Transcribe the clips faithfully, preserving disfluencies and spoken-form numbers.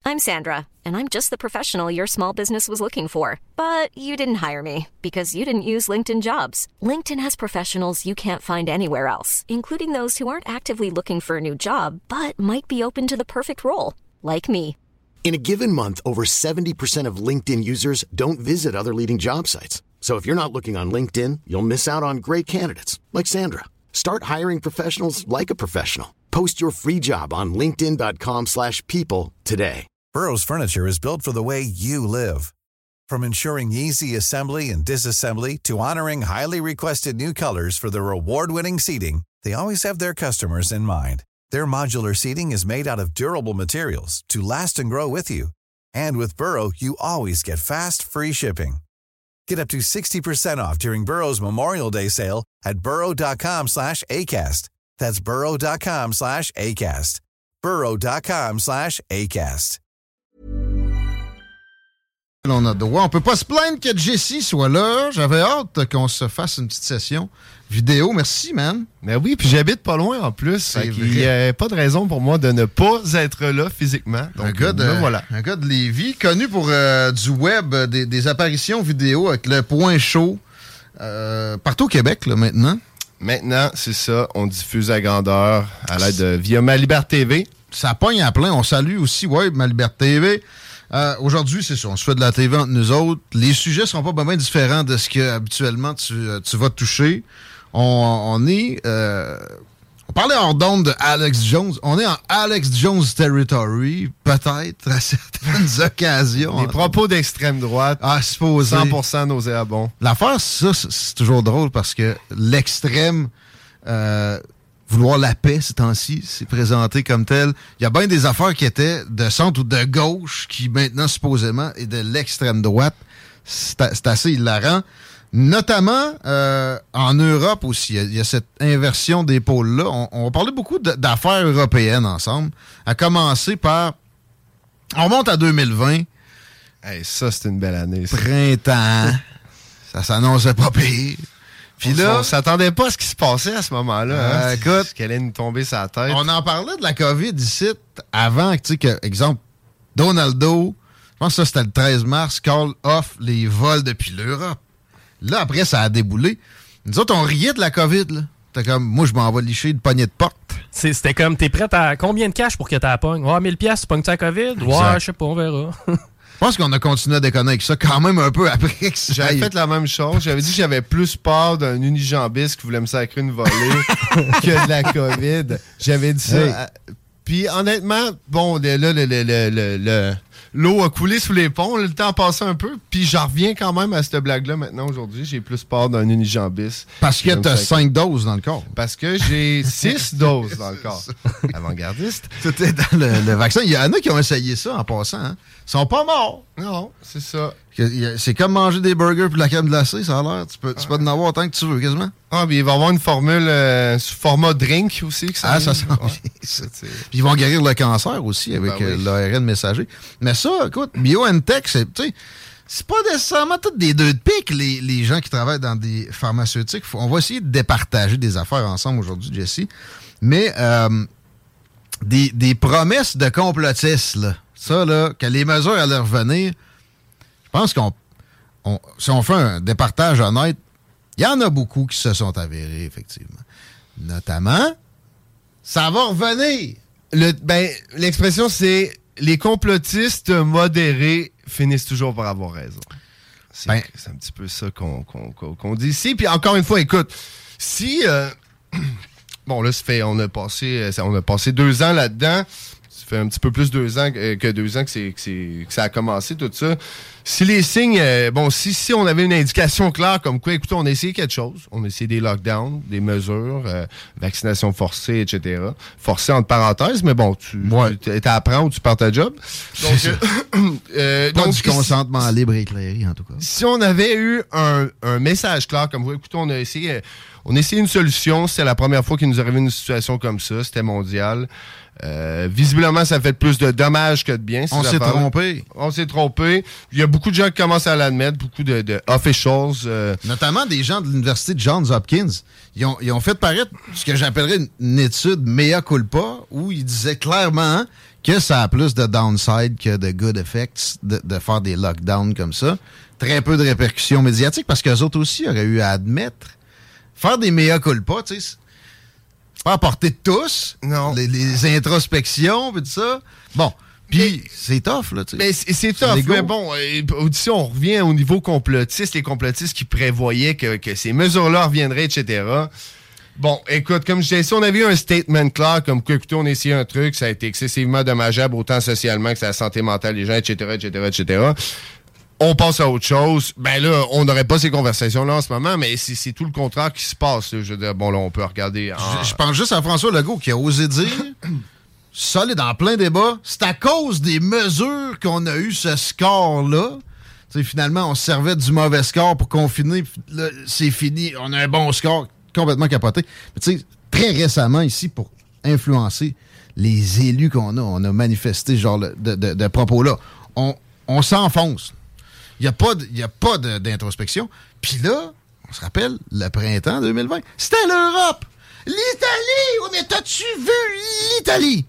I'm Sandra, and I'm just the professional your small business was looking for. But you didn't hire me because you didn't use LinkedIn Jobs. LinkedIn has professionals you can't find anywhere else, including those who aren't actively looking for a new job, but might be open to the perfect role, like me. In a given month, over seventy percent of LinkedIn users don't visit other leading job sites. So if you're not looking on LinkedIn, you'll miss out on great candidates like Sandra. Start hiring professionals like a professional. Post your free job on linkedin.com slash people today. Burrow's furniture is built for the way you live. From ensuring easy assembly and disassembly to honoring highly requested new colors for their award-winning seating, they always have their customers in mind. Their modular seating is made out of durable materials to last and grow with you. And with Burrow, you always get fast, free shipping. Get up to sixty percent off during Burrow's Memorial Day sale at burrow.com slash ACAST. That's burrow.com slash ACAST. burrow.com slash ACAST. On a droit. On peut pas se plaindre que Jesse soit là. J'avais hâte qu'on se fasse une petite session vidéo. Merci, man. Ben oui, puis j'habite pas loin en plus. Il n'y a pas de raison pour moi de ne pas être là physiquement. Donc, un, gars de, là, voilà. un gars de Lévis, connu pour euh, du web, des, des apparitions vidéo avec le point chaud euh, partout au Québec là, maintenant. Maintenant, c'est ça. On diffuse à grandeur à l'aide de via Malibert T V. Ça pogne à plein. On salue aussi, ouais, Malibert T V. Euh, aujourd'hui, c'est ça. On se fait de la T V entre nous autres. Les sujets sont pas bien différents de ce que habituellement tu, tu vas toucher. On, on est... Euh, on parlait hors d'onde de Alex Jones. On est en Alex Jones territory, peut-être, à certaines occasions. Les propos d'extrême droite. Ah, supposé. cent pour cent nauséabond. L'affaire, ça, c'est toujours drôle parce que l'extrême... Euh, vouloir la paix ces temps-ci, c'est présenté comme tel. Il y a bien des affaires qui étaient de centre ou de gauche qui maintenant, supposément, est de l'extrême droite. C'est, c'est assez hilarant. Notamment euh, en Europe aussi. Il y, y a cette inversion des pôles-là. On, on va parler beaucoup de, d'affaires européennes ensemble. À commencer par... On remonte à deux mille vingt. Hey, ça, c'est une belle année. Ça. Printemps. Ça s'annonçait pas pire. Puis là, on s'attendait pas à ce qui se passait à ce moment-là. Euh, hein? Écoute, ce qu'elle allait nous tomber sur la tête. On en parlait de la COVID ici avant, tu sais, que, exemple, Donaldo, je pense que ça c'était le treize mars, call off les vols depuis l'Europe. Là, après, ça a déboulé. Nous autres, on riait de la COVID, là. T'es comme, moi, je m'en vais licher de poignée de porte. C'est, c'était comme, t'es prêt à combien de cash pour que t'as la pogne? Ouais, mille piastres, tu pognes la COVID? Exact. Ouais, je sais pas, on verra. Je pense qu'on a continué à déconner avec ça quand même un peu après. Que j'avais fait la même chose. J'avais dit que j'avais plus peur d'un unijambiste qui voulait me sacrer une volée que de la COVID. J'avais dit ça. Hey. Puis honnêtement, bon, là, le, le, le, le, le, l'eau a coulé sous les ponts. Le temps a passé un peu. Puis j'en reviens quand même à cette blague-là maintenant aujourd'hui. J'ai plus peur d'un unijambiste. Parce que t'as cinq doses dans le corps. Parce que j'ai six doses dans le corps. Avant-gardiste. Tout est dans le, le vaccin. Il y en a qui ont essayé ça en passant. Hein. Ils sont pas morts. Non, c'est ça. C'est comme manger des burgers puis de la crème glacée, ça a l'air. Tu peux, tu peux en avoir autant que tu veux, quasiment. Ah, puis il va y avoir une formule euh, sous format drink aussi. Que ça ah, ça sent bien. Ça, puis ils vont guérir le cancer aussi avec ben oui. euh, l'A R N messager. Mais ça, écoute, BioNTech, c'est, tu sais, c'est pas nécessairement toutes des deux de pique, les, les gens qui travaillent dans des pharmaceutiques. On va essayer de départager des affaires ensemble aujourd'hui, Jesse. Mais euh, des, des promesses de complotistes, là. Ça, là, que les mesures allaient revenir, je pense qu'on, on, si on fait un départage honnête, il y en a beaucoup qui se sont avérés, effectivement. Notamment, ça va revenir. Le, ben, l'expression, c'est les complotistes modérés finissent toujours par avoir raison. C'est, ben, c'est un petit peu ça qu'on, qu'on, qu'on, qu'on dit ici. Puis encore une fois, écoute, si... Euh, bon, là, ça fait, on a passé, on a passé deux ans là-dedans. Ça fait un petit peu plus de deux ans que, que deux ans que, c'est, que, c'est, que ça a commencé, tout ça. Si les signes... Euh, bon, si, si on avait une indication claire comme quoi, écoutez, on a essayé quelque chose. On a essayé des lockdowns, des mesures, euh, vaccination forcée, et cetera. Forcée entre parenthèses, mais bon, tu, ouais. tu apprends ou tu perds ta job. Donc, euh, euh, Pas donc, du consentement si, libre et éclairé, en tout cas. Si on avait eu un, un message clair comme quoi, écoutez, on a essayé... Euh, on a essayé une solution. C'était la première fois qu'il nous arrivait une situation comme ça. C'était mondial. Euh, visiblement, ça fait plus de dommages que de bien. On s'est affaires. trompé. On s'est trompé. Il y a beaucoup de gens qui commencent à l'admettre, beaucoup de, de officials. Euh... Notamment des gens de l'université de Johns Hopkins. Ils ont, ils ont fait paraître ce que j'appellerais une, une étude mea culpa, où ils disaient clairement que ça a plus de downside que de good effects de, de faire des lockdowns comme ça. Très peu de répercussions médiatiques parce qu'eux autres aussi auraient eu à admettre. Faire des mea culpa, tu sais, pas à portée de tous. Non. Les, les introspections, puis tout ça. Bon. Puis, c'est tough, là, tu sais. Mais c'est, c'est tough, Lego. mais bon, euh, si on revient au niveau complotiste, les complotistes qui prévoyaient que, que ces mesures-là reviendraient, et cetera. Bon, écoute, comme je disais, si on avait eu un statement clair, comme que, écoutez, on a essayé un truc, ça a été excessivement dommageable, autant socialement que sur la santé mentale des gens, et cetera, et cetera, et cetera, on passe à autre chose. Ben là, on n'aurait pas ces conversations-là en ce moment, mais c'est, c'est tout le contraire qui se passe. Là. Je veux dire, bon, là, on peut regarder... En... Je, je pense juste à François Legault qui a osé dire... solide en plein débat, c'est à cause des mesures qu'on a eu ce score-là. T'sais, finalement, on se servait du mauvais score pour confiner. Là, c'est fini, on a un bon score complètement capoté. Mais tu sais, très récemment ici, pour influencer les élus qu'on a, on a manifesté ce genre de, de, de propos-là. On, on s'enfonce. Il n'y a pas, de, y a pas de, d'introspection. Puis là, on se rappelle, le printemps deux mille vingt, c'était l'Europe! L'Italie! On est, t'as-tu vu l'Italie?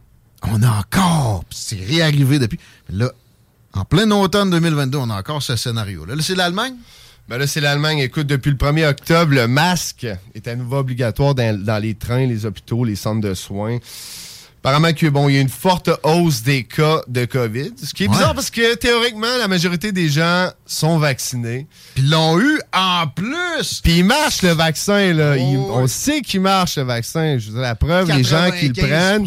On a encore, c'est réarrivé depuis. Là, en plein automne deux mille vingt-deux, on a encore ce scénario-là. Là, c'est l'Allemagne? Ben là, c'est l'Allemagne. Écoute, depuis le premier octobre, le masque est à nouveau obligatoire dans, dans les trains, les hôpitaux, les centres de soins. Apparemment que bon, il y a une forte hausse des cas de COVID. Ce qui est ouais. bizarre parce que théoriquement, la majorité des gens sont vaccinés. Puis ils l'ont eu en plus. Puis il marche le vaccin, là. Oh, il, ouais. On sait qu'il marche le vaccin. Je veux dire, la preuve, les gens qui le prennent,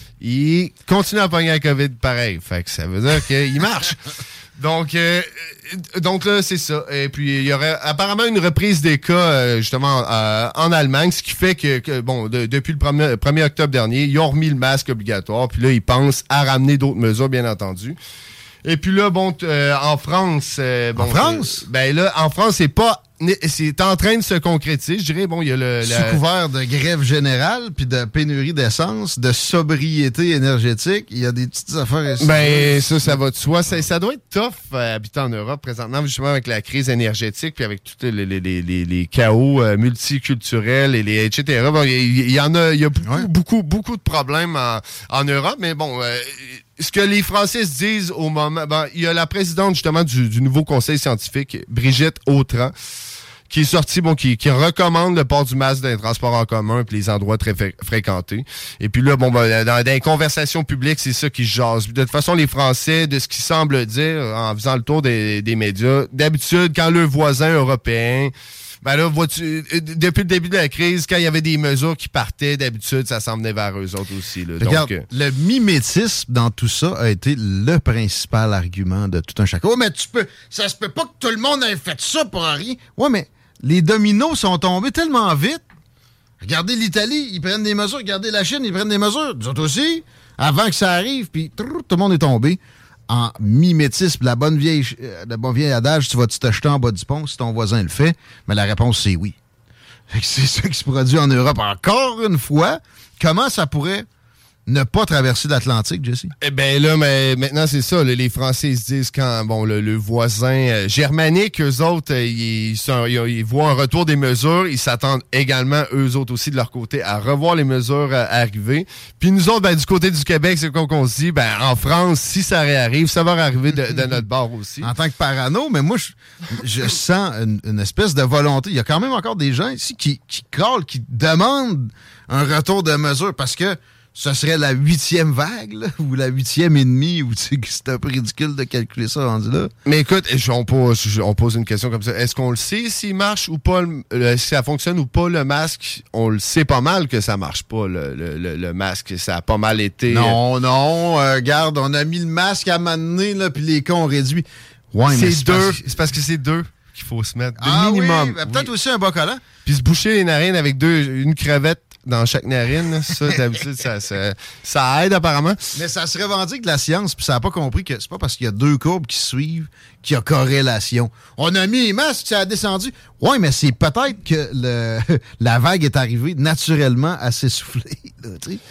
ils continuent à pogner la COVID pareil. Fait que ça veut dire qu'il marche. Donc, euh, donc là, c'est ça. Et puis, il y aurait apparemment une reprise des cas, euh, justement, euh, en Allemagne, ce qui fait que, que bon, de, depuis le premier octobre dernier, ils ont remis le masque obligatoire. Puis là, ils pensent à ramener d'autres mesures, bien entendu. Et puis là, bon, euh, en France... Euh, bon, en France? Euh, ben là, en France, c'est pas... C'est en train de se concrétiser. Je dirais, bon, il y a le... Sous la... couvert de grève générale, puis de pénurie d'essence, de sobriété énergétique, il y a des petites affaires ici. Ben, ça, ça va de soi. Ça, ça doit être tough euh, habiter en Europe présentement, justement, avec la crise énergétique, puis avec tous les, les, les, les, les chaos euh, multiculturels, et les, et cetera. Bon, il y, y en a, il y a beaucoup, ouais. beaucoup, beaucoup de problèmes en, en Europe, mais bon... Euh, ce que les Français se disent au moment... Ben, il y a la présidente, justement, du, du nouveau conseil scientifique, Brigitte Autran, qui est sortie, bon, qui, qui recommande le port du masque dans les transports en commun et les endroits très fé- fréquentés. Et puis là, bon, ben, dans, dans les conversations publiques, c'est ça qui se jase. De toute façon, les Français, de ce qu'ils semblent dire, en faisant le tour des, des médias, d'habitude, quand leurs voisins européens... Ben là, vois-tu, depuis le début de la crise, quand il y avait des mesures qui partaient, d'habitude, ça s'en venait vers eux autres aussi. Là. Regarde, Donc, euh... le mimétisme dans tout ça a été le principal argument de tout un chacun. Oh, mais tu peux, ça se peut pas que tout le monde ait fait ça pour rien. Ouais, mais les dominos sont tombés tellement vite. Regardez l'Italie, ils prennent des mesures. Regardez la Chine, ils prennent des mesures. Nous autres aussi, avant que ça arrive, puis tout le monde est tombé. En mimétisme, la bonne vieille, euh, le bon vieil adage, tu vas-tu te jeter en bas du pont si ton voisin le fait? Mais la réponse, c'est oui. Fait que c'est ça qui se produit en Europe. Encore une fois, comment ça pourrait ne pas traverser l'Atlantique, Jesse? Eh bien là, mais maintenant, c'est ça. Là, les Français ils se disent quand bon le, le voisin euh, germanique, eux autres, euh, ils, sont, ils, ils voient un retour des mesures. Ils s'attendent également, eux autres aussi, de leur côté, à revoir les mesures euh, arriver. Puis nous autres, ben, du côté du Québec, c'est quoi qu'on se dit? Ben, en France, si ça réarrive, ça va arriver de, de notre bord aussi. En tant que parano, mais moi, je, je sens une, une espèce de volonté. Il y a quand même encore des gens ici qui, qui crôlent, qui demandent un retour de mesures parce que ce serait la huitième vague, là, ou la huitième et demie, ou tu sais que c'est un peu ridicule de calculer ça rendu là. Mais écoute, on pose, on pose une question comme ça. Est-ce qu'on le sait s'il marche ou pas, le, si ça fonctionne ou pas le masque? On le sait pas mal que ça marche pas, le, le, le masque. Ça a pas mal été... Non, non, euh, regarde, on a mis le masque à m'amener, là, puis les cas ont réduit. Ouais, c'est, mais c'est deux, parce... c'est parce que c'est deux qu'il faut se mettre. Ah minimum. Oui, ben, peut-être oui. Aussi un bas collant. Puis se boucher les narines avec deux, une crevette dans chaque narine, ça, d'habitude, ça, ça, ça aide apparemment. Mais ça se revendique de la science, puis ça n'a pas compris que c'est pas parce qu'il y a deux courbes qui suivent qu'il y a corrélation. On a mis les masques, ça a descendu. Ouais, mais c'est peut-être que le, la vague est arrivée naturellement à s'essouffler. Là,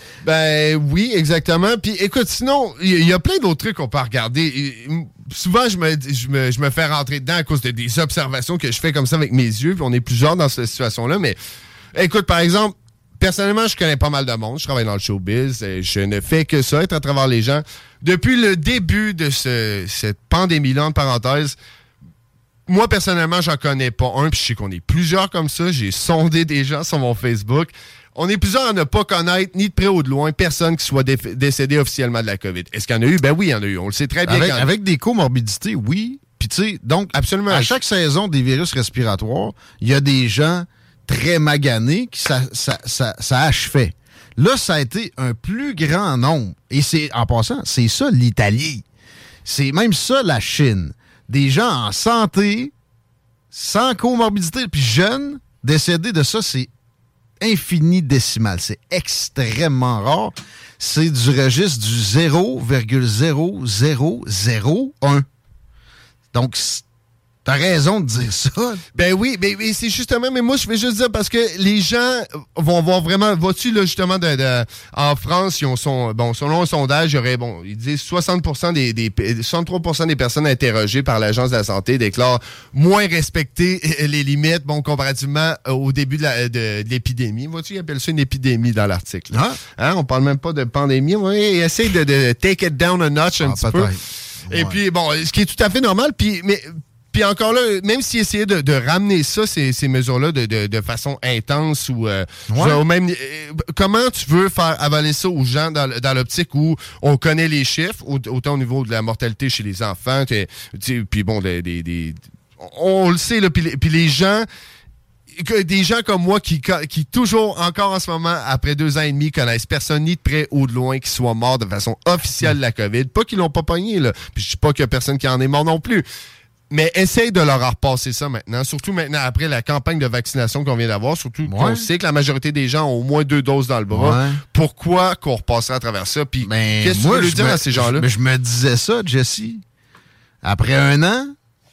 ben oui, exactement. Puis écoute, sinon, il y, y a plein d'autres trucs qu'on peut regarder. Et, souvent, je me, je, me, je me fais rentrer dedans à cause de des observations que je fais comme ça avec mes yeux, puis on est plusieurs dans cette situation-là. Mais écoute, par exemple, personnellement, je connais pas mal de monde. Je travaille dans le showbiz. Et je ne fais que ça, être à travers les gens. Depuis le début de ce, cette pandémie-là, en parenthèse, moi, personnellement, j'en connais pas un. Puis je sais qu'on est plusieurs comme ça. J'ai sondé des gens sur mon Facebook. On est plusieurs à ne pas connaître, ni de près ou de loin, personne qui soit dé- décédé officiellement de la COVID. Est-ce qu'il y en a eu? Ben oui, il y en a eu. On le sait très bien. Avec, avec des comorbidités, oui. Puis tu sais, donc, absolument. À chaque saison des virus respiratoires, il y a des gens très maganés qui ça, ça, ça, ça achevait. Là, ça a été un plus grand nombre. Et c'est, en passant, c'est ça l'Italie. C'est même ça la Chine. Des gens en santé, sans comorbidité, puis jeunes, décédés de ça, c'est infini décimal. C'est extrêmement rare. C'est du registre du zéro virgule zéro zéro zéro un. Donc, t'as raison de dire ça. Ben oui, mais, mais c'est justement, mais moi, je vais juste dire parce que les gens vont voir vraiment, vois-tu, là, justement, de, de, en France, ils ont son, bon, selon un sondage, il y aurait, bon, ils disent soixante pour cent des, des, soixante-trois pour cent des personnes interrogées par l'Agence de la santé déclarent moins respecter les limites, bon, comparativement au début de, la, de, de l'épidémie. Vois-tu, ils appellent ça une épidémie dans l'article. Ah. Hein, on parle même pas de pandémie. Oui, ils essayent de, de take it down a notch un ah, petit peu. Ouais. Et puis, bon, ce qui est tout à fait normal, puis, mais, puis encore là, même s'ils essayaient de, de ramener ça, ces, ces mesures-là, de, de, de façon intense ou, euh, ouais. ou même, euh, comment tu veux faire avaler ça aux gens dans, dans l'optique où on connaît les chiffres, autant au niveau de la mortalité chez les enfants, puis bon, des, des, des, on le sait, là, puis les, les gens... Que des gens comme moi qui, qui toujours, encore en ce moment, après deux ans et demi, connaissent personne ni de près ou de loin qui soit mort de façon officielle de la COVID. Pas qu'ils l'ont pas pogné, là. Puis je dis pas qu'il y a personne qui en est mort non plus. Mais essaye de leur repasser ça maintenant. Surtout maintenant, après la campagne de vaccination qu'on vient d'avoir. Surtout ouais. qu'on sait que la majorité des gens ont au moins deux doses dans le bras. Ouais. Pourquoi qu'on repasserait à travers ça? Puis ben, qu'est-ce que tu veux lui dire me, à ces gens-là? Je, je me disais ça, Jesse. Après un an,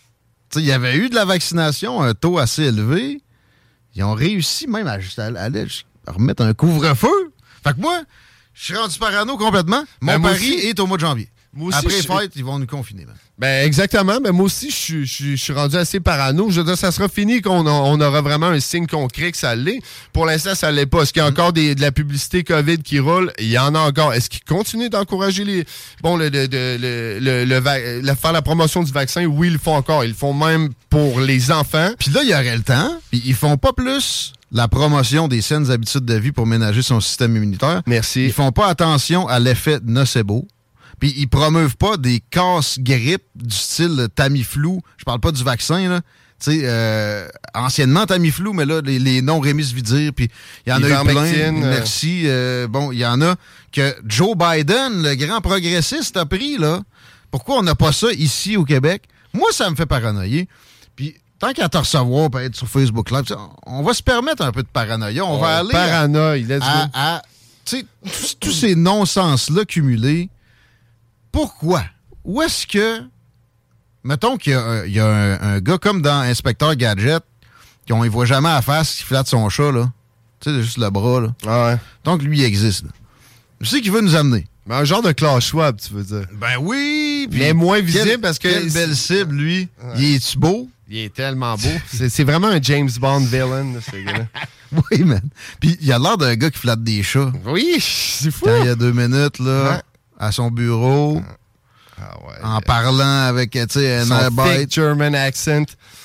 il y avait eu de la vaccination, un taux assez élevé. Ils ont réussi même à, à, à, à remettre un couvre-feu. Fait que moi, je suis rendu parano complètement. Mon ben pari aussi, est au mois de janvier. Moi aussi, après les fêtes, ils vont nous confiner. Là. Ben exactement. Mais moi aussi, je, je, je suis rendu assez parano. Je veux dire, ça sera fini qu'on a, on aura vraiment un signe concret que ça l'est. Pour l'instant, ça l'est pas. Est-ce qu'il y a encore des, de la publicité COVID qui roule? Il y en a encore. Est-ce qu'ils continuent d'encourager les... Bon, le, le, le, le, le, le, le faire la promotion du vaccin? Oui, ils le font encore. Ils le font même pour les enfants. Puis là, il y aurait le temps. Puis ils font pas plus la promotion des saines habitudes de vie pour ménager son système immunitaire. Merci. Ils font pas attention à l'effet nocebo. Puis ils promeuvent pas des casse-grippe du style Tamiflu. Je parle pas du vaccin, là. Tu sais, euh, anciennement Tamiflu, mais là, les, les noms Rémisvidir, puis il y en a eu plein. Euh... Merci. Euh, bon, il y en a que Joe Biden, le grand progressiste, a pris, là. Pourquoi on n'a pas ça ici au Québec? Moi, ça me fait paranoïer. Puis tant qu'à te recevoir, peut être sur Facebook Live, on va se permettre un peu de paranoïa. On, on va aller paranoïe, let's à, go. à, à tu sais, tous, tous ces non-sens-là cumulés. Pourquoi? Où est-ce que... Mettons qu'il y a, un, il y a un, un gars comme dans Inspecteur Gadget, qu'on ne voit jamais à la face, qui flatte son chat, là. Tu sais, juste le bras, là. Ah ouais. Donc, lui, il existe, là. Je sais qu'il veut nous amener. Mais un genre de Klaus Schwab, tu veux dire. Ben oui! Mais moins visible quel, parce que... Quelle belle cible, lui. Ouais. Il est-tu beau? Il est tellement beau. c'est, c'est vraiment un James Bond villain, ce gars-là. Oui, man. Puis il a l'air d'un gars qui flatte des chats. Oui, c'est fou. Quand il y a deux minutes, là... Ouais. À son bureau, ah ouais, en euh, parlant avec, tu sais, un air bite. German accent.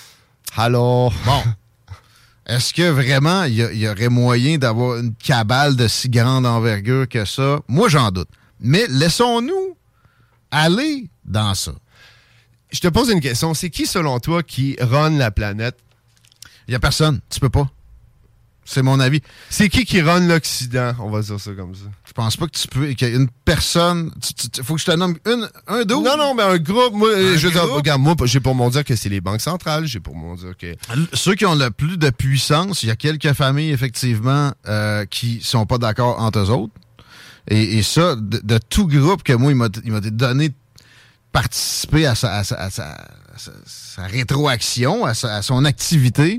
Hello. Bon. Est-ce que vraiment, il y, y aurait moyen d'avoir une cabale de si grande envergure que ça? Moi, j'en doute. Mais laissons-nous aller dans ça. Je te pose une question. C'est qui, selon toi, qui run la planète? Il n'y a personne. Tu peux pas. C'est mon avis. C'est qui qui run l'Occident? On va dire ça comme ça. Je pense pas que tu peux... qu'il y ait une personne... Il faut que je te nomme une, un dos. Non, non, mais un groupe... Moi, un je groupe? Dire, regarde, moi, j'ai pour mon dire que c'est les banques centrales. J'ai pour mon dire que... Ceux qui ont le plus de puissance, il y a quelques familles, effectivement, euh, qui sont pas d'accord entre eux autres. Et, et ça, de, de tout groupe que moi, il m'a, il m'a donné de participer à sa, à sa, à sa, à sa, sa rétroaction, à, sa, à son activité...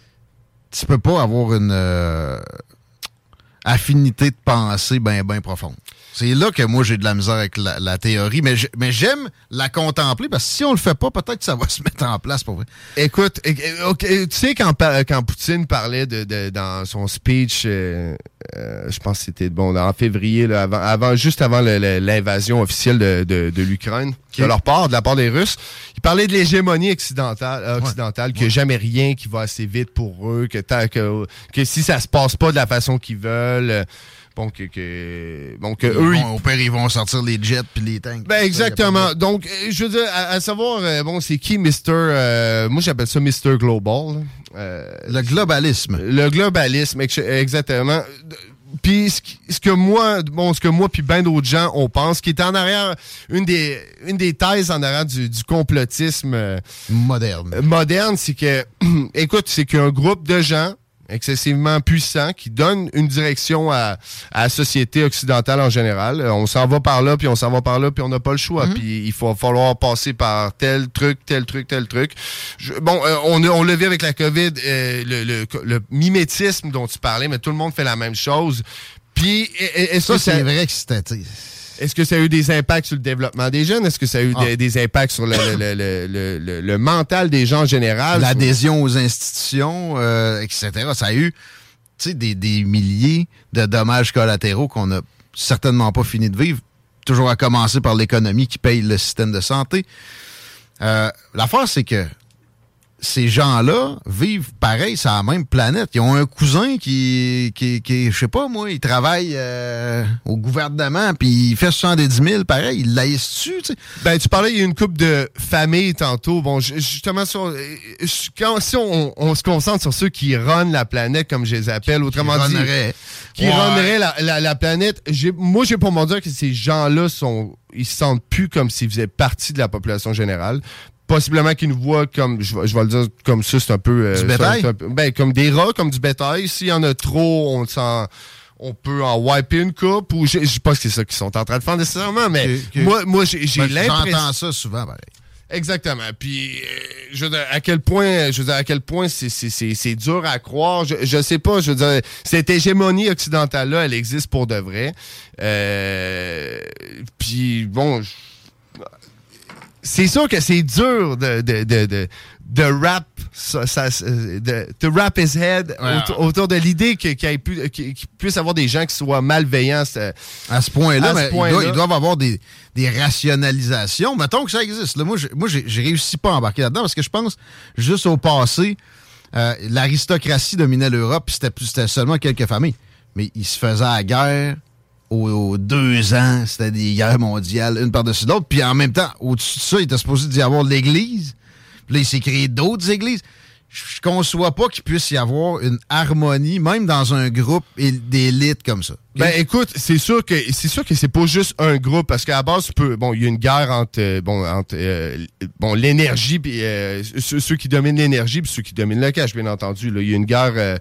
Tu peux pas avoir une euh, affinité de pensée bien ben profonde. C'est là que moi, j'ai de la misère avec la, la théorie, mais, mais j'aime la contempler, parce que si on le fait pas, peut-être que ça va se mettre en place pour vrai. Écoute, okay, tu sais, quand, quand Poutine parlait de, de, dans son speech, euh, euh, je pense que c'était bon, en février, là, avant, avant, juste avant le, le, l'invasion officielle de, de, de l'Ukraine, okay. de leur part, de la part des Russes, il parlait de l'hégémonie occidentale, occidentale ouais. qu'il n'y a ouais. jamais rien qui va assez vite pour eux, que, que, que si ça se passe pas de la façon qu'ils veulent... Bon, que, que, bon, que eux, ils... Au pire, ils vont sortir les jets puis les tanks. Ben, exactement. Ça, donc, je veux dire, à, à savoir, euh, bon, c'est qui mister Euh, moi, j'appelle ça mister Global. Euh, le globalisme. Le globalisme, exactement. Puis, ce, ce que moi, bon, ce que moi puis ben d'autres gens, on pense, qui est en arrière, une des, une des thèses en arrière du, du complotisme euh, moderne. Moderne, c'est que, écoute, c'est qu'un groupe de gens excessivement puissant, qui donne une direction à, à la société occidentale en général. On s'en va par là, puis on s'en va par là, puis on n'a pas le choix. Mm-hmm. Puis il va falloir passer par tel truc, tel truc, tel truc. Je, bon, euh, on, on l'a vu avec la COVID, euh, le, le, le mimétisme dont tu parlais, mais tout le monde fait la même chose. Puis, est-ce ça, que c'est ça, vrai que c'était... Est-ce que ça a eu des impacts sur le développement des jeunes? Est-ce que ça a eu ah. des, des impacts sur le, le, le, le, le, le mental des gens en général? L'adhésion aux institutions, euh, et cetera. Ça a eu des, des milliers de dommages collatéraux qu'on n'a certainement pas fini de vivre. Toujours à commencer par l'économie qui paye le système de santé. Euh, l'affaire, c'est que ces gens-là vivent pareil sur la même planète. Ils ont un cousin qui, qui, qui je sais pas moi, il travaille euh, au gouvernement, puis il fait soixante-dix mille, pareil, il laisse dessus, tu sais. Ben, tu parlais, il y a une couple de familles tantôt. Bon, justement, sur, quand, si on, on se concentre sur ceux qui runnent la planète, comme je les appelle, autrement qui dit, runneraient. qui ouais. runneraient la, la, la planète, j'ai, moi, j'ai pour mon dire que ces gens-là sont, ils se sentent plus comme s'ils faisaient partie de la population générale. Possiblement qu'ils nous voient comme, je vais, je vais le dire comme ça, c'est un peu... Euh, du bétail? Un peu, ben, comme des rats, comme du bétail. S'il y en a trop, on s'en... On peut en wiper une coupe, ou je, je sais pas si c'est ça qu'ils sont en train de faire nécessairement, mais okay, okay. moi, moi j'ai, j'ai ben, l'impression... J'entends ça souvent, pareil. Exactement. Puis, euh, je veux dire, à quel point, je veux dire, à quel point c'est, c'est, c'est, c'est dur à croire. Je, je sais pas, je veux dire, cette hégémonie occidentale-là, elle existe pour de vrai. Euh, puis, bon... Je, c'est sûr que c'est dur de, de, de, de, de rap ça, ça, de, de rap his head ouais. autour, autour de l'idée que, qu'il, y ait pu, qu'il puisse avoir des gens qui soient malveillants à ce point-là. À ce mais point-là. Ils, doivent, ils doivent avoir des, des rationalisations. Mettons que ça existe. Là, moi, j'ai, moi j'ai, j'ai réussi pas à embarquer là-dedans parce que je pense juste au passé, euh, l'aristocratie dominait l'Europe puis c'était, c'était seulement quelques familles. Mais ils se faisaient la guerre. Aux deux ans, c'était des guerres mondiales, une par-dessus l'autre. Puis en même temps, au-dessus de ça, il était supposé d'y avoir l'Église. Puis là, il s'est créé d'autres églises. Je ne conçois pas qu'il puisse y avoir une harmonie, même dans un groupe d'élite comme ça. Okay? Ben écoute, c'est sûr que c'est sûr que c'est pas juste un groupe, parce qu'à la base, tu peux, bon, il y a une guerre entre, euh, bon, entre euh, bon, l'énergie, puis euh, ceux, ceux qui dominent l'énergie, puis ceux qui dominent le cash, bien entendu. Là. Il y a une guerre... Euh,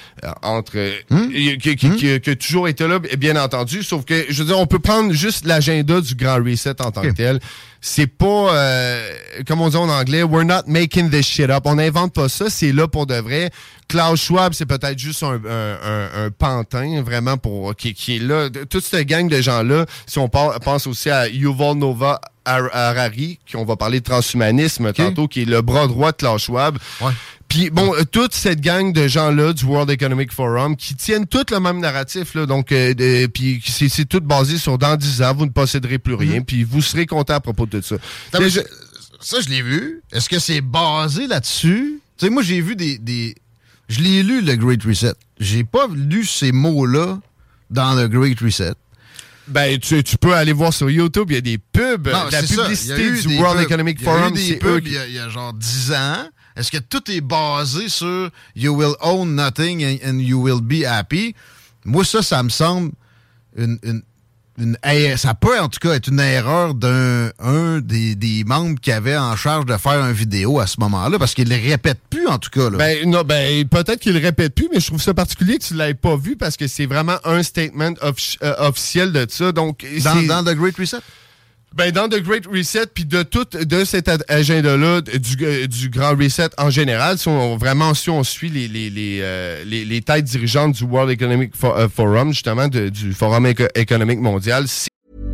entre hum? qui, qui, hum? qui, qui a toujours été là, bien entendu, sauf que je veux dire, on peut prendre juste l'agenda du Grand Reset en tant okay. que tel. C'est pas euh, comme on dit en anglais, we're not making this shit up. On n'invente pas ça, c'est là pour de vrai. Klaus Schwab, c'est peut-être juste un, un, un, un pantin vraiment pour qui, qui est là. Toute cette gang de gens-là, si on part, pense aussi à Yuval Noah Harari, qui on va parler de transhumanisme okay. tantôt, qui est le bras droit de Klaus Schwab. Ouais. Puis bon, euh, toute cette gang de gens-là du World Economic Forum qui tiennent tout le même narratif, là, donc euh, euh, puis c'est, c'est tout basé sur dans dix ans, vous ne posséderez plus rien, mm-hmm. puis vous serez content à propos de tout ça. Mais je, ça, je l'ai vu. Est-ce que c'est basé là-dessus? Tu sais, moi, j'ai vu des, des... Je l'ai lu, le Great Reset. J'ai pas lu ces mots-là dans le Great Reset. Ben, tu, tu peux aller voir sur YouTube, il y a des pubs, non, la publicité du World pubs. Economic Forum. Il y a eu des pubs il y a, il y a genre dix ans. Est-ce que tout est basé sur « You will own nothing and, and you will be happy ». Moi, ça, ça me semble une, une, une... Ça peut, en tout cas, être une erreur d'un un des, des membres qui avait en charge de faire une vidéo à ce moment-là, parce qu'il ne le répète plus, en tout cas. Là. Ben, non, ben, peut-être qu'il le répète plus, mais je trouve ça particulier que tu ne l'aies pas vu, parce que c'est vraiment un statement off- euh, officiel de ça. Donc, dans, dans The Great Reset? Ben, dans The Great Reset, puis de tout de cet agenda-là, du, du Grand Reset en général, si on, vraiment, si on suit les, les, les, euh, les, les têtes dirigeantes du World Economic Forum, justement, de, du Forum éco- économique mondial. Si...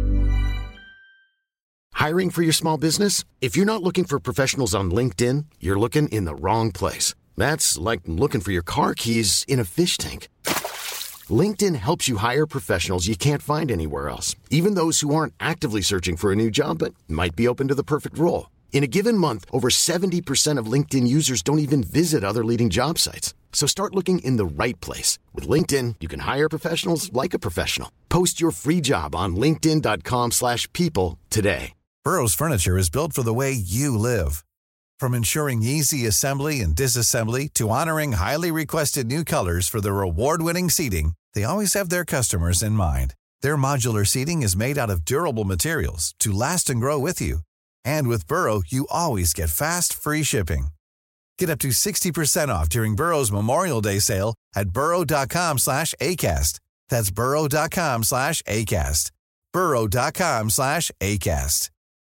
Hiring for your small business? If you're not looking for professionals on LinkedIn, you're looking in the wrong place. That's like looking for your car keys in a fish tank. LinkedIn helps you hire professionals you can't find anywhere else, even those who aren't actively searching for a new job but might be open to the perfect role. In a given month, over seventy percent of LinkedIn users don't even visit other leading job sites. So start looking in the right place. With LinkedIn, you can hire professionals like a professional. Post your free job on linkedin.com slash people today. Burrow's furniture is built for the way you live. From ensuring easy assembly and disassembly to honoring highly requested new colors for their award-winning seating, they always have their customers in mind. Their modular seating is made out of durable materials to last and grow with you. And with Burrow, you always get fast, free shipping. Get up to sixty percent off during Burrow's Memorial Day sale at burrow.com slash ACAST. That's burrow.com slash ACAST. burrow.com slash ACAST.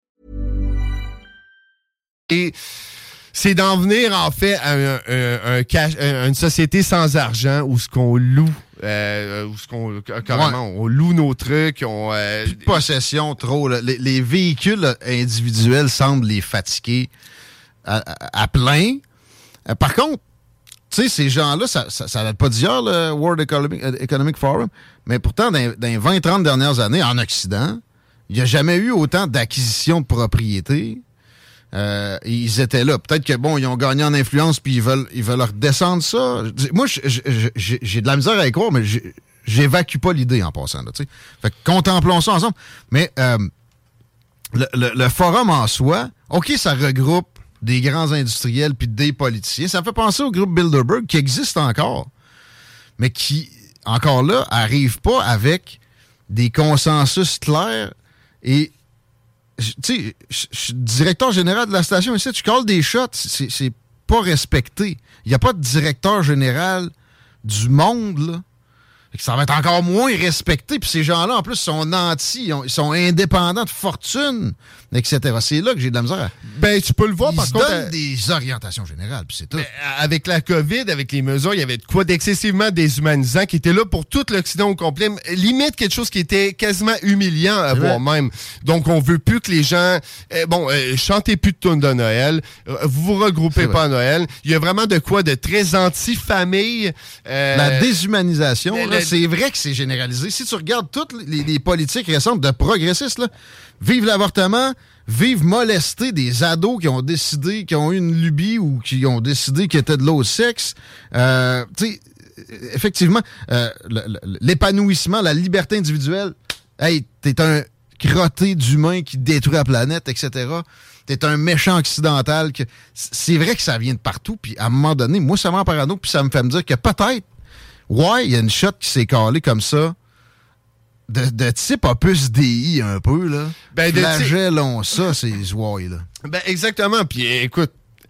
Et c'est d'en venir, en fait, à un, un, un cash, une société sans argent où ce qu'on loue, euh, où ce qu'on, carrément, ouais. on loue nos trucs, on... Euh, Plus de possession, trop. Là. Les, les véhicules individuels semblent les fatiguer à, à, à plein. Euh, par contre, tu sais, ces gens-là, ça ça, ça date pas d'hier, le World Economic, Economic Forum, mais pourtant, dans, dans les vingt trente dernières années, en Occident, il n'y a jamais eu autant d'acquisitions de propriétés. Euh, ils étaient là. Peut-être que, bon, ils ont gagné en influence puis ils veulent, ils veulent redescendre ça. Moi, j'ai de la misère à y croire, mais j'évacue pas l'idée en passant. Là, fait que contemplons ça ensemble. Mais euh, le, le, le forum en soi, OK, ça regroupe des grands industriels puis des politiciens. Ça me fait penser au groupe Bilderberg qui existe encore, mais qui, encore là, arrive pas avec des consensus clairs et tu sais, je suis directeur général de la station ici, tu calls des shots, c'est, c'est pas respecté. Il n'y a pas de directeur général du monde, là. Ça va être encore moins respecté. Puis ces gens-là, en plus, sont nantis, ils sont indépendants de fortune, et cetera. C'est là que j'ai de la misère à... Ben, tu peux le voir, ils par se contre... donnent à... des orientations générales, puis c'est tout. Ben, avec la COVID, avec les mesures, il y avait de quoi d'excessivement déshumanisant qui était là pour tout l'Occident au complet. Limite quelque chose qui était quasiment humiliant à voir même. Donc, on veut plus que les gens... Eh, bon, euh, chantez plus de tunes de Noël. Euh, vous vous regroupez pas à Noël. Il y a vraiment de quoi de très anti-famille. Euh, la déshumanisation, là, le... c'est vrai que c'est généralisé. Si tu regardes toutes les, les politiques récentes de progressistes, là, vive l'avortement, vive molester des ados qui ont décidé, qui ont eu une lubie ou qui ont décidé qu'ils étaient de l'autre sexe. Euh, tu sais, effectivement, euh, l'épanouissement, la liberté individuelle. Hey, t'es un crotté d'humain qui détruit la planète, et cetera. T'es un méchant occidental. Que... C'est vrai que ça vient de partout. Puis à un moment donné, moi, ça m'en parano, puis ça me fait me dire que peut-être, ouais, il y a une shot qui s'est calée comme ça, de, de type Opus Dei un peu, là. Ben, flagellons ça, ces ouailles-là. Ben, exactement. Puis écoute,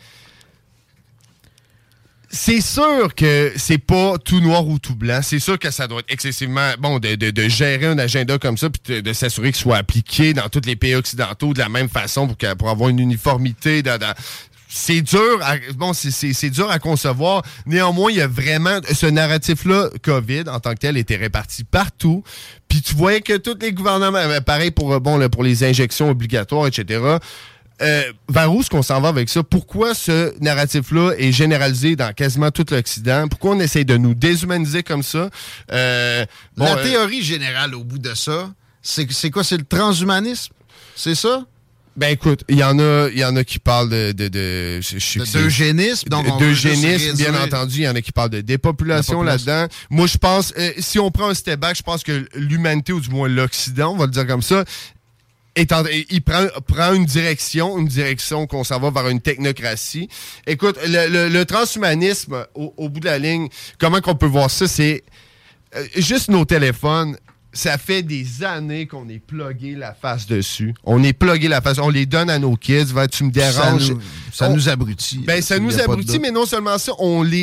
c'est sûr que c'est pas tout noir ou tout blanc. C'est sûr que ça doit être excessivement bon de, de, de gérer un agenda comme ça puis de, de s'assurer qu'il soit appliqué dans tous les pays occidentaux de la même façon pour, pour avoir une uniformité dans... dans C'est dur, à, bon, c'est, c'est, c'est dur à concevoir. Néanmoins, il y a vraiment ce narratif-là, COVID, en tant que tel, était réparti partout. Puis tu voyais que tous les gouvernements, pareil pour, bon, là, pour les injections obligatoires, et cetera. Euh, vers où est-ce qu'on s'en va avec ça? Pourquoi ce narratif-là est généralisé dans quasiment tout l'Occident? Pourquoi on essaye de nous déshumaniser comme ça? Euh, bon, La euh, théorie générale au bout de ça, c'est, c'est quoi? C'est le transhumanisme? C'est ça? Ben écoute, il y en a, il y en a qui parlent de, de, de, je, je de d'eugénisme, donc on d'eugénisme, bien entendu. Il y en a qui parlent de dépopulation, dépopulation. là-dedans. Moi, je pense, euh, si on prend un step back, je pense que l'humanité, ou du moins l'Occident, on va le dire comme ça, est en, il prend, prend une direction, une direction qu'on s'en va vers une technocratie. Écoute, le, le, le transhumanisme, au, au bout de la ligne, comment qu'on peut voir ça, c'est euh, juste nos téléphones. Ça fait des années qu'on est plugué la face dessus. On est plugué la face. On les donne à nos kids. Va, tu me déranges. Ça nous, ça on, nous abrutit. Ben, ça nous abrutit, mais non seulement ça, on les,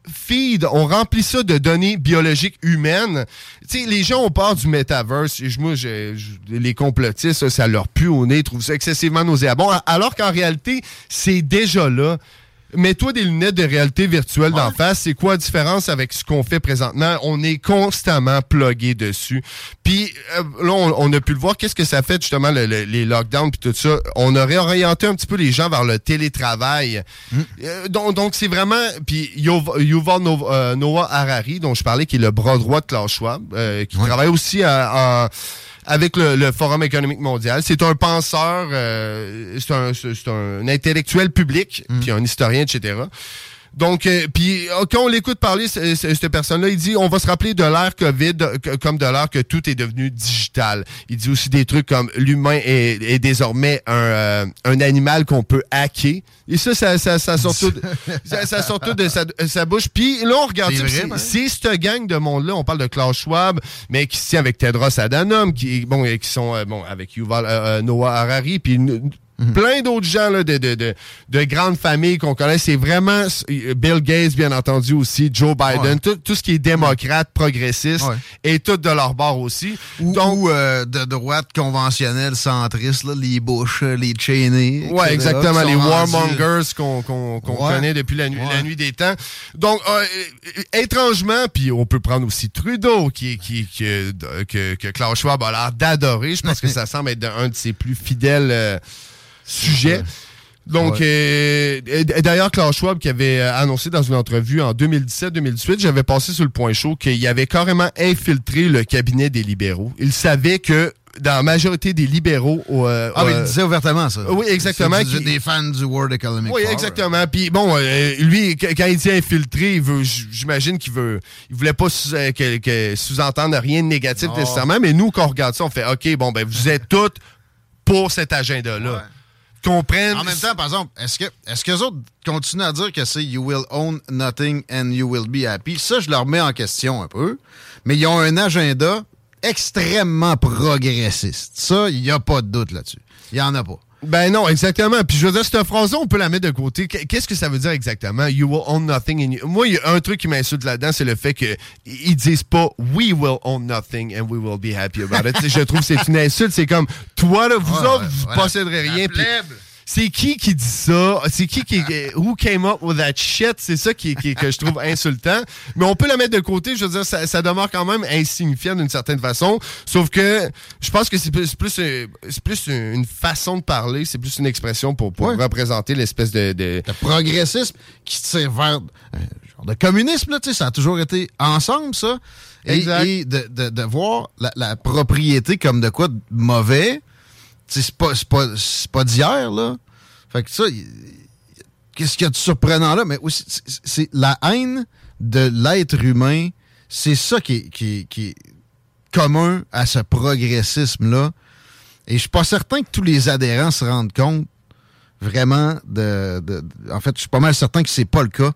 feed, on remplit ça de données biologiques humaines. Tu sais, les gens ont peur du metaverse. Moi, je, je, les complotistes, ça, ça leur pue au nez, ils trouvent ça excessivement nauséabond, alors qu'en réalité, c'est déjà là. Mets-toi des lunettes de réalité virtuelle ouais. d'en face. C'est quoi la différence avec ce qu'on fait présentement? On est constamment plugué dessus. Puis euh, là, on, on a pu le voir. Qu'est-ce que ça fait, justement, le, le, les lockdowns puis tout ça? On aurait orienté un petit peu les gens vers le télétravail. Mm. Euh, donc, donc, c'est vraiment... Puis Yuval Noah, euh, Noah Harari, dont je parlais, qui est le bras droit de Klaus Schwab, euh, qui ouais. travaille aussi à... à avec le, le Forum économique mondial. C'est un penseur, euh, c'est, un, c'est un intellectuel public, mm. puis un historien, et cetera. Donc, euh, puis quand on l'écoute parler, c- c- cette personne-là, il dit, on va se rappeler de l'ère COVID que, comme de l'ère que tout est devenu digital. Il dit aussi des trucs comme l'humain est, est désormais un, euh, un animal qu'on peut hacker. Et ça, ça, ça, ça sort tout, ça, ça sort tout de sa, sa bouche. Puis là, on regarde ça, c'est, c'est cette gang de monde-là. On parle de Klaus Schwab, mais qui se tient avec Tedros Adhanom, qui, bon, qui sont, euh, bon, avec Yuval euh, Noah Harari, puis Mm-hmm. plein d'autres gens là, de, de, de, de grandes familles qu'on connaît. C'est vraiment Bill Gates, bien entendu, aussi, Joe Biden, ouais. tout, tout ce qui est démocrate, progressiste, ouais. et tout de leur bord aussi. Ou, Donc, ou euh, de droite conventionnelle, centriste, là, les Bush, les Cheney. Ouais, exactement, les warmongers qu'on, qu'on, qu'on ouais. connaît depuis la, nu- ouais. la nuit des temps. Donc, euh, étrangement, puis on peut prendre aussi Trudeau, qui, qui, qui, que, que Klaus Schwab a l'air d'adorer. Je pense que ça semble être un de ses plus fidèles... Euh, sujet. Donc, ouais. euh, d'ailleurs, Klaus Schwab qui avait annoncé dans une entrevue en deux mille dix-sept deux mille dix-huit, j'avais passé sur le point chaud qu'il avait carrément infiltré le cabinet des libéraux. Il savait que dans la majorité des libéraux... Euh, ah, mais il disait ouvertement ça. Oui, exactement. C'est, c'est des fans du World Economic Oui, Forum. exactement. Puis bon, euh, lui, quand il dit infiltré, il veut, j'imagine qu'il veut... Il voulait pas sous, euh, que, que sous-entendre rien de négatif oh. nécessairement, mais nous, quand on regarde ça, on fait « OK, bon, ben vous êtes tous pour cet agenda-là. Ouais. » Comprennent. En même temps, par exemple, est-ce que est-ce que les autres continuent à dire que c'est you will own nothing and you will be happy? Ça, je leur mets en question un peu. Mais ils ont un agenda extrêmement progressiste. Ça, il n'y a pas de doute là-dessus. Il n'y en a pas. Ben non, exactement. Puis je veux dire, cette phrase-là, on peut la mettre de côté. Qu'est-ce que ça veut dire exactement? You will own nothing. And you... Moi, il y a un truc qui m'insulte là-dedans, c'est le fait qu'ils disent pas we will own nothing and we will be happy about it. Je trouve que c'est une insulte. C'est comme, toi, là, vous ouais, autres, vous voilà. posséderez rien. Puis c'est qui qui dit ça? C'est qui qui... Who came up with that shit? C'est ça qui, qui, que je trouve insultant. Mais on peut la mettre de côté. Je veux dire, ça, ça demeure quand même insignifiant d'une certaine façon. Sauf que je pense que c'est plus, c'est plus, c'est plus une façon de parler. C'est plus une expression pour, pour ouais. représenter l'espèce de... de... Le progressisme qui tire vers... Un genre de communisme, là, tu sais, ça a toujours été ensemble, ça. Et, et de, de, de voir la, la propriété comme de quoi de mauvais... T'sais, c'est pas, c'est pas, c'est pas d'hier, là. Fait que ça, y, qu'est-ce qu'il y a de surprenant là? Mais aussi, c'est, c'est la haine de l'être humain, c'est ça qui est, qui est, qui est commun à ce progressisme-là. Et je suis pas certain que tous les adhérents se rendent compte vraiment de... de, de en fait, je suis pas mal certain que c'est pas le cas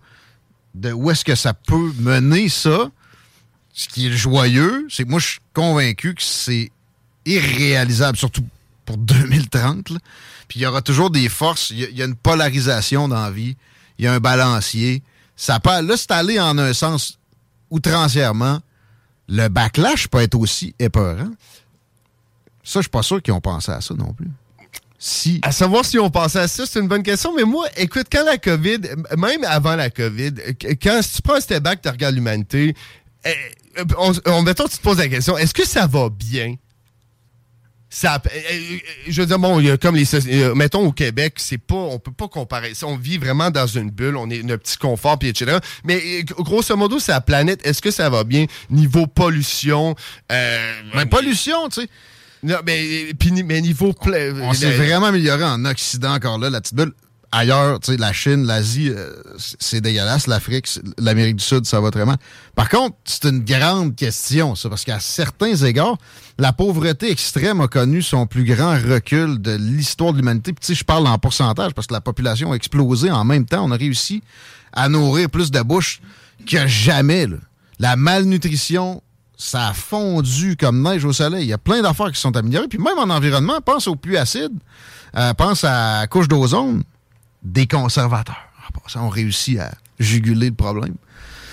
de où est-ce que ça peut mener, ça. Ce qui est joyeux, c'est que moi, je suis convaincu que c'est irréalisable, surtout pour deux mille trente. Là. Puis il y aura toujours des forces. Il y, y a une polarisation dans la vie. Il y a un balancier. Ça peut, là, c'est allé en un sens outrancièrement. Le backlash peut être aussi épeurant. Ça, je suis pas sûr qu'ils ont pensé à ça non plus. Si. À savoir si on pensait à ça, c'est une bonne question. Mais moi, écoute, quand la COVID, même avant la COVID, quand si tu prends un step back, tu regardes l'humanité, on, on, mettons, tu te poses la question, est-ce que ça va bien? Ça, je veux dire, bon, il y a comme les... Mettons, au Québec, c'est pas... On peut pas comparer ça. On vit vraiment dans une bulle. On est notre petit confort, puis et cetera. Mais grosso modo, c'est la planète. Est-ce que ça va bien? Niveau pollution... Euh, mais pollution, tu sais... Non, mais, puis, mais niveau... Pla- on, on s'est vraiment amélioré en Occident, encore là, la petite bulle. Ailleurs, tu sais, la Chine, l'Asie, euh, c'est dégueulasse. L'Afrique, l'Amérique du Sud, ça va très mal. Par contre, c'est une grande question, ça, parce qu'à certains égards, la pauvreté extrême a connu son plus grand recul de l'histoire de l'humanité. Puis, tu sais, je parle en pourcentage, parce que la population a explosé en même temps. On a réussi à nourrir plus de bouches que jamais, là. La malnutrition, ça a fondu comme neige au soleil. Il y a plein d'affaires qui sont améliorées. Puis même en environnement, pense aux pluies acides, euh, pense à la couche d'ozone. Des conservateurs. Ça, on réussit à juguler le problème.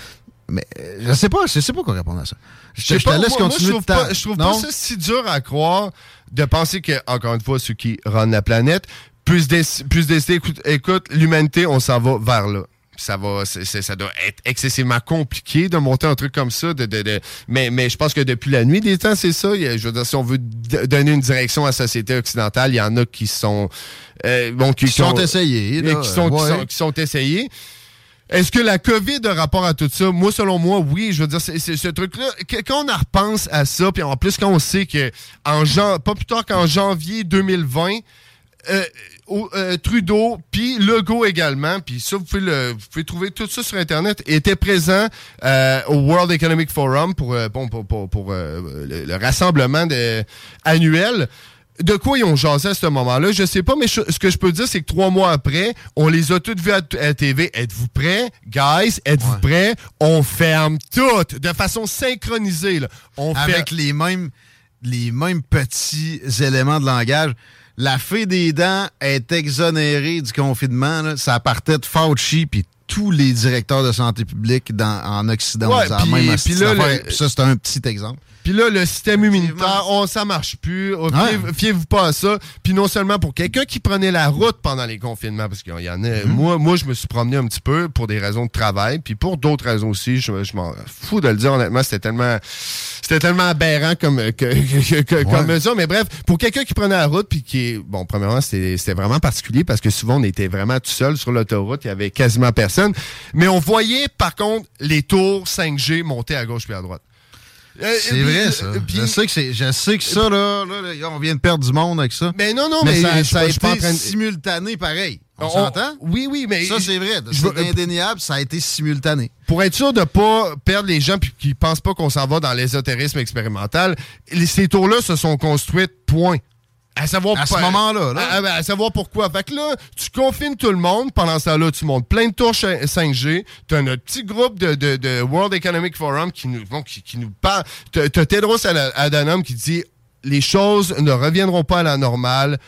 Mais euh, je sais pas, je sais pas quoi répondre à ça. Je, je, je pas, te laisse moi, continuer moi, je trouve, de pas, je trouve pas ça si dur à croire de penser que, encore une fois, ceux qui rendent la planète puissent, dé- puissent décider, écoute, écoute, l'humanité, on s'en va vers là. Ça va, c'est, c'est, ça doit être excessivement compliqué de monter un truc comme ça. De, de, de, mais, mais je pense que depuis la nuit des temps, c'est ça. Il y a, je veux dire, si on veut d- donner une direction à la société occidentale, il y en a qui sont... Euh, bon, qui, qui, qui sont ont, essayés. Là, qui, sont, ouais. qui, sont, qui sont essayés. Est-ce que la COVID a rapport à tout ça? Moi, selon moi, oui. Je veux dire, c'est, c'est ce truc-là. Quand on en repense à ça, puis en plus, quand on sait que en jan- pas plus tard qu'en janvier deux mille vingt, euh, euh, Trudeau, puis Legault également, puis ça, vous pouvez, le, vous pouvez trouver tout ça sur Internet, était présent euh, au World Economic Forum pour, euh, pour, pour, pour, pour euh, le, le rassemblement de, annuel. De quoi ils ont jasé à ce moment-là, je sais pas, mais je, ce que je peux dire, c'est que trois mois après, on les a toutes vues à, à T V. Êtes-vous prêts? Guys, êtes-vous ouais. prêts? On ferme toutes de façon synchronisée. Là. On Avec fer... les mêmes, les mêmes petits éléments de langage. La fée des dents est exonérée du confinement. Là. Ça partait de Fauci puis tous les directeurs de santé publique dans, en Occident. Ouais, pis, même pis là, le... ça, c'est un petit exemple. Puis là, le système immunitaire, oh, ça marche plus. Oh, ouais. fiez, fiez-vous pas à ça. Puis non seulement pour quelqu'un qui prenait la route pendant les confinements, parce qu'il y en a... Mm-hmm. Moi, moi, je me suis promené un petit peu pour des raisons de travail, puis pour d'autres raisons aussi. Je, je m'en fous de le dire, honnêtement. C'était tellement... C'était tellement aberrant comme, que, que, que, ouais. comme mesure. Mais bref, pour quelqu'un qui prenait la route, puis qui est... Bon, premièrement, c'était, c'était vraiment particulier, parce que souvent, on était vraiment tout seul sur l'autoroute. Il y avait quasiment personne. Mais on voyait, par contre, les tours cinq G monter à gauche puis à droite. Euh, c'est pis, vrai, ça. Pis, je, sais que c'est, je sais que ça, là, là, là, on vient de perdre du monde avec ça. Mais non, non, mais, mais ça, je, ça a je, été je train de... simultané pareil. On, on s'entend? Oui, oui, mais... Ça, c'est vrai. C'est veux, indéniable, ça a été simultané. Pour être sûr de ne pas perdre les gens puis qui ne pensent pas qu'on s'en va dans l'ésotérisme expérimental, les, ces tours-là se sont construites, point. À savoir à ce pas, moment-là. Là. À, à, à savoir pourquoi. Fait que là, tu confines tout le monde. Pendant ça, là, tu montes plein de tours cinq G. Tu as notre petit groupe de, de, de World Economic Forum qui nous, bon, qui, qui nous parle. Tu as Tedros Adhanom qui dit les choses ne reviendront pas à la normale.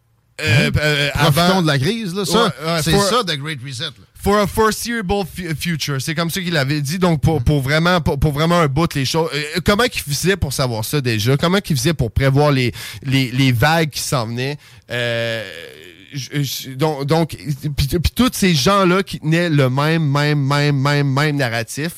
Euh, euh, Profitons avant... de la crise. Là. Ça, ouais, ouais, c'est for... ça, The Great Reset. Là. For a foreseeable future. C'est comme ça qu'il avait dit. Donc, pour, pour, vraiment, pour, pour vraiment un bout, les choses... Euh, comment qu'il faisait pour savoir ça déjà? Comment qu'il faisait pour prévoir les, les, les vagues qui s'en venaient? Euh, je, je, donc, donc puis tous ces gens-là qui tenaient le même, même, même, même, même narratif.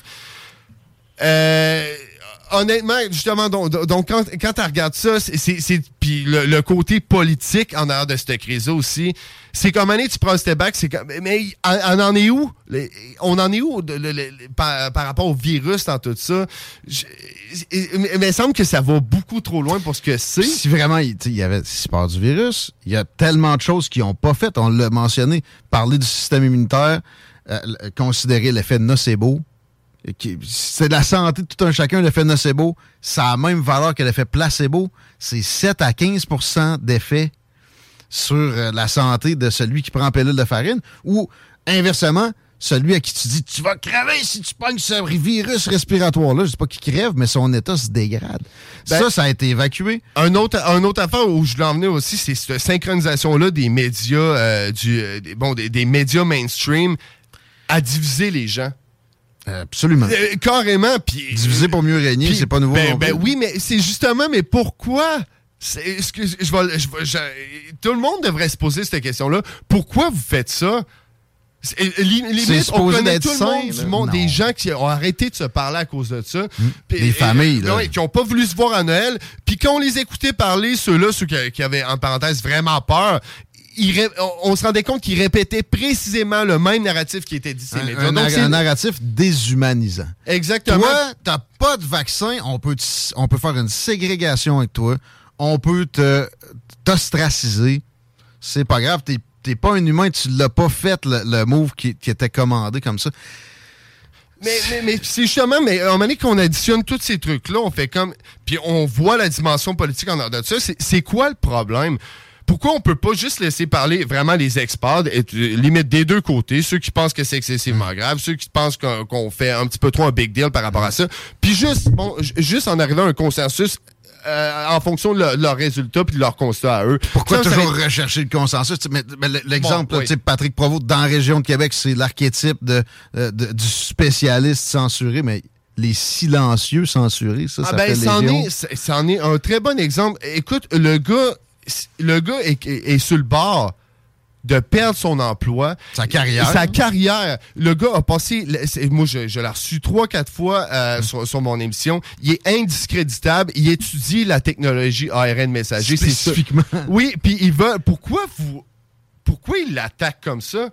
Euh... Honnêtement, justement, donc, donc quand, quand tu regardes ça, c'est, c'est, c'est puis le, le côté politique en arrière de cette crise-là aussi, c'est comme année tu prends un step back, c'est comme, mais on, on en est où? Les, on en est où de, le, le, par, par rapport au virus dans tout ça? Je, mais il me semble que ça va beaucoup trop loin pour ce que c'est. Si vraiment il y avait si part du virus, il y a tellement de choses qu'ils n'ont pas faites. On l'a mentionné, parler du système immunitaire, euh, considérer l'effet nocebo. C'est de la santé de tout un chacun, l'effet nocebo. Ça a la même valeur que l'effet placebo. C'est sept à quinze pour cent d'effet sur la santé de celui qui prend pilule de farine. Ou, inversement, celui à qui tu dis « Tu vas crever si tu pognes ce virus respiratoire-là. » Je dis pas qu'il crève, mais son état se dégrade. Ben, ça, ça a été évacué. Un autre, un autre affaire où je voulais en venir aussi, c'est cette synchronisation-là des médias, euh, du, euh, bon, des, des médias mainstream à diviser les gens. Absolument. Euh, carrément. Pis, Diviser pour mieux régner, pis, c'est pas nouveau. Ben, ben oui, mais c'est justement, mais pourquoi? C'est, ce que je vais, je vais, je, tout le monde devrait se poser cette question-là. Pourquoi vous faites ça? C'est, limite, on connaît tout le monde du monde, des gens qui ont arrêté de se parler à cause de ça. Mmh. Pis, des familles, là. Ouais, qui n'ont pas voulu se voir à Noël. Puis quand on les écoutait parler, ceux-là, ceux qui, qui avaient, en parenthèse, vraiment peur, Il, on, on se rendait compte qu'ils répétaient précisément le même narratif qui était dit ces médias. Un, un, un narratif déshumanisant. Exactement. Toi, t'as pas de vaccin, on peut, on peut faire une ségrégation avec toi, on peut te, t'ostraciser. C'est pas grave, t'es, t'es pas un humain, tu l'as pas fait le, le move qui, qui était commandé comme ça. Mais, mais, mais c'est justement, mais à un moment donné qu'on additionne tous ces trucs-là, on fait comme... Puis on voit la dimension politique en dehors de ça. C'est, c'est quoi le problème? Pourquoi on peut pas juste laisser parler vraiment les experts, et, limite des deux côtés, ceux qui pensent que c'est excessivement grave, ceux qui pensent qu'on, qu'on fait un petit peu trop un big deal par rapport à ça, puis juste, bon, juste en arrivant à un consensus euh, en fonction de, le, de leurs résultats puis de leurs constats à eux. Pourquoi ça, toujours ça va... rechercher le consensus? Mais, mais l'exemple, bon, oui. Patrick Provost, dans la région de Québec, c'est l'archétype de, de, de, du spécialiste censuré, mais les silencieux censurés, ça, ah ça ben, fait c'en légion. Est, c'en est un très bon exemple. Écoute, le gars, le gars est, est, est sur le bord de perdre son emploi. Sa carrière. Sa carrière. Le gars a passé... Moi, je, je l'ai reçu trois, quatre fois euh, mmh. sur, sur mon émission. Il est indiscréditable. Il étudie la technologie A R N messager. Spécifiquement. C'est ça. Oui, puis il va... Pourquoi vous... Pourquoi il l'attaque comme ça?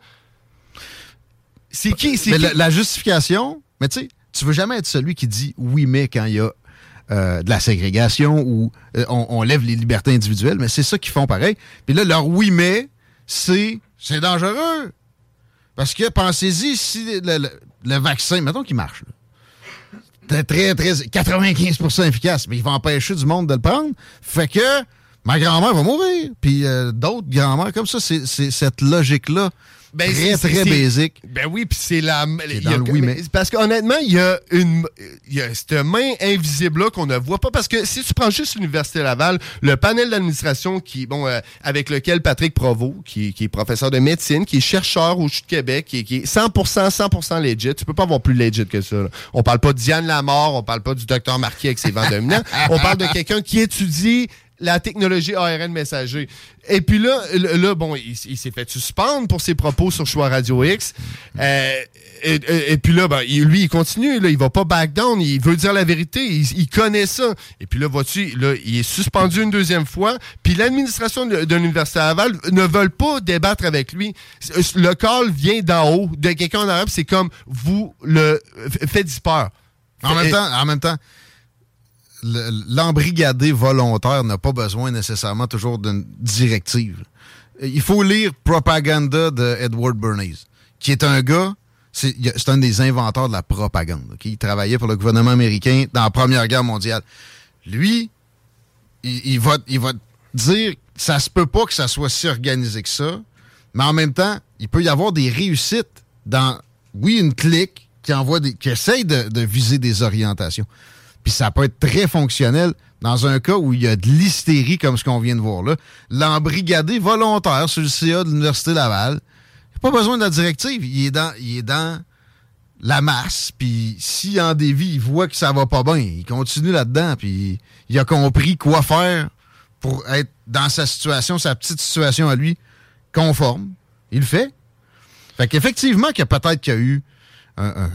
C'est qui? C'est mais qui? La, la justification... Mais tu sais, tu veux jamais être celui qui dit oui, mais quand il y a euh, de la ségrégation ou euh, on, on lève les libertés individuelles, mais c'est ça qu'ils font pareil. Puis là, leur oui, mais... c'est c'est dangereux. Parce que, pensez-y, si le, le, le vaccin, mettons qu'il marche, là, très, très, quatre-vingt-quinze pour cent efficace, mais il va empêcher du monde de le prendre, fait que ma grand-mère va mourir. Puis euh, d'autres grand-mères comme ça, c'est, c'est cette logique-là. Ben, très, c'est, très c'est, basique. Ben oui, puis c'est la... C'est dans a, le oui, mais... Parce qu'honnêtement, il y a une... Il y a cette main invisible-là qu'on ne voit pas. Parce que si tu prends juste l'Université Laval, le panel d'administration qui, bon, euh, avec lequel Patrick Provost, qui, qui est professeur de médecine, qui est chercheur au C H U de Québec, qui, qui est cent pour cent, cent pour cent legit. Tu peux pas avoir plus legit que ça. Là. On parle pas de Diane Lamar, on parle pas du docteur Marquis avec ses vents dominants. On parle de quelqu'un qui étudie la technologie A R N messager. Et puis là, là bon, il, il s'est fait suspendre pour ses propos sur Choix Radio X. Euh, et, et, et puis là, ben, il, lui, il continue. Là, il va pas back down. Il veut dire la vérité. Il, il connaît ça. Et puis là, vois-tu, là, il est suspendu une deuxième fois. Puis l'administration de, de l'Université Laval ne veut pas débattre avec lui. Le call vient d'en haut, de quelqu'un en arabe. C'est comme, vous le faites disparaître. En même temps, en même temps, l'embrigadé volontaire n'a pas besoin nécessairement toujours d'une directive. Il faut lire Propaganda de Edward Bernays, qui est un gars, c'est, c'est un des inventeurs de la propagande. Okay? Il travaillait pour le gouvernement américain dans la Première Guerre mondiale. Lui, il, il, va, il va dire ça se peut pas que ça soit si organisé que ça, mais en même temps, il peut y avoir des réussites dans, oui, une clique qui envoie des, qui essaye de, de viser des orientations. Puis ça peut être très fonctionnel dans un cas où il y a de l'hystérie comme ce qu'on vient de voir là. L'embrigadé volontaire sur le C A de l'Université Laval, il n'y a pas besoin de la directive. Il est dans, il est dans la masse. Puis s'il en dévie, il voit que ça va pas bien. Il continue là-dedans. Puis il a compris quoi faire pour être dans sa situation, sa petite situation à lui, conforme. Il le fait. Fait qu'effectivement, qu'il y a peut-être qu'il y a eu un... un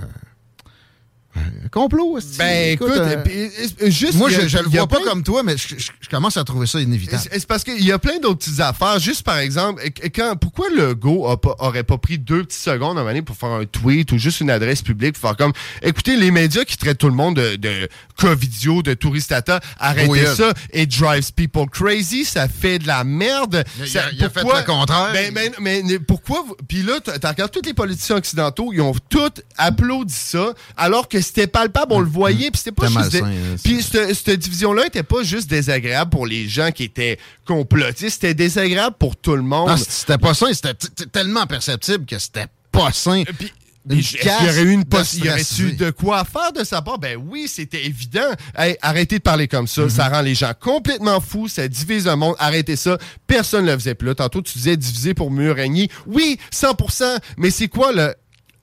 Un complot, est-ce Ben écoute, euh, juste moi, je, a, je le vois pas plein... comme toi, mais je, je, je commence à trouver ça inévitable. C'est, c'est parce qu'il y a plein d'autres petites affaires. Juste par exemple, quand, pourquoi le go a pas, aurait pas pris deux petites secondes à un moment donné pour faire un tweet ou juste une adresse publique pour faire comme, écoutez, les médias qui traitent tout le monde de, de Covidio, de Touristata, arrêtez oui, ça. It drives people crazy, ça fait de la merde. Il, ça, il a pourquoi, fait le contraire. Ben, ben, mais, mais pourquoi... Puis là, tu regardes tous les politiciens occidentaux, ils ont tous applaudi ça, alors que c'était palpable, on le voyait, puis c'était pas c'était juste... Dé... Puis cette, cette division-là était pas juste désagréable pour les gens qui étaient complotistes, c'était désagréable pour tout le monde. Non, c'était pas sain, c'était t- tellement perceptible que c'était pas sain. Puis, il y aurait eu une poss- il y aurait eu de quoi faire de sa part? Ben oui, c'était évident. Hey, arrêtez de parler comme ça. Mm-hmm. Ça rend les gens complètement fous. Ça divise le monde. Arrêtez ça. Personne ne le faisait plus. Là, tantôt, tu disais diviser pour mieux régner. Oui, cent pour cent. Mais c'est quoi le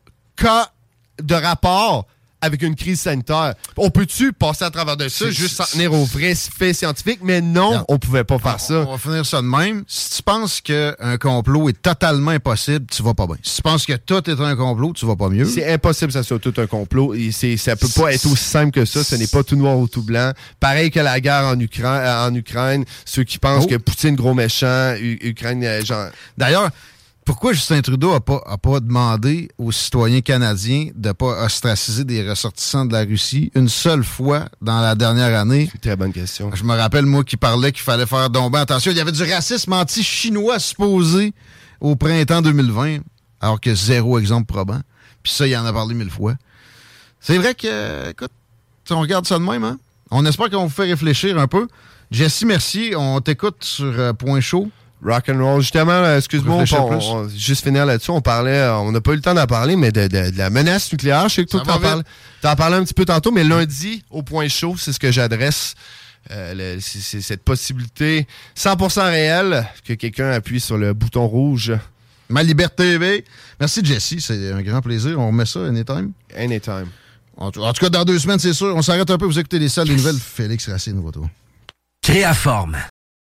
cas de rapport avec une crise sanitaire? On peut-tu passer à travers de ça, c'est, juste s'en tenir aux vrais faits scientifiques? Mais non, non. on pouvait pas faire on, ça. On va finir ça de même. Si tu penses qu'un complot est totalement impossible, tu vas pas bien. Si tu penses que tout est un complot, tu vas pas mieux. C'est impossible que ça soit tout un complot. Et c'est, ça peut pas être aussi simple que ça. Ce n'est pas tout noir ou tout blanc. Pareil que la guerre en Ukraine. En Ukraine ceux qui pensent oh. que Poutine, gros méchant, U- Ukraine, genre... D'ailleurs... Pourquoi Justin Trudeau n'a pas, a pas demandé aux citoyens canadiens de ne pas ostraciser des ressortissants de la Russie une seule fois dans la dernière année? C'est une très bonne question. Je me rappelle, moi, qui parlait qu'il fallait faire donc ben attention. Il y avait du racisme anti-chinois supposé au printemps deux mille vingt, alors que zéro exemple probant. Puis ça, il en a parlé mille fois. C'est vrai que, écoute, on regarde ça de même, hein? On espère qu'on vous fait réfléchir un peu. Jessie, merci. On t'écoute sur euh, Point Chaud. Rock and roll. Justement, là, excuse-moi, on, on, on, juste finir là-dessus, on parlait, on n'a pas eu le temps d'en parler, mais de, de, de la menace nucléaire. Je sais que toi, t'en parles, t'en parlais un petit peu tantôt, mais lundi, au Point Chaud, c'est ce que j'adresse euh, le, c'est, c'est cette possibilité cent pour cent réelle que quelqu'un appuie sur le bouton rouge. Ma Liberté T V. Merci, Jesse. C'est un grand plaisir. On remet ça anytime. Anytime. En tout, en tout cas, dans deux semaines, c'est sûr. On s'arrête un peu. Vous écoutez les salles des nouvelles. Félix Racine, nouveau tour. Créaforme.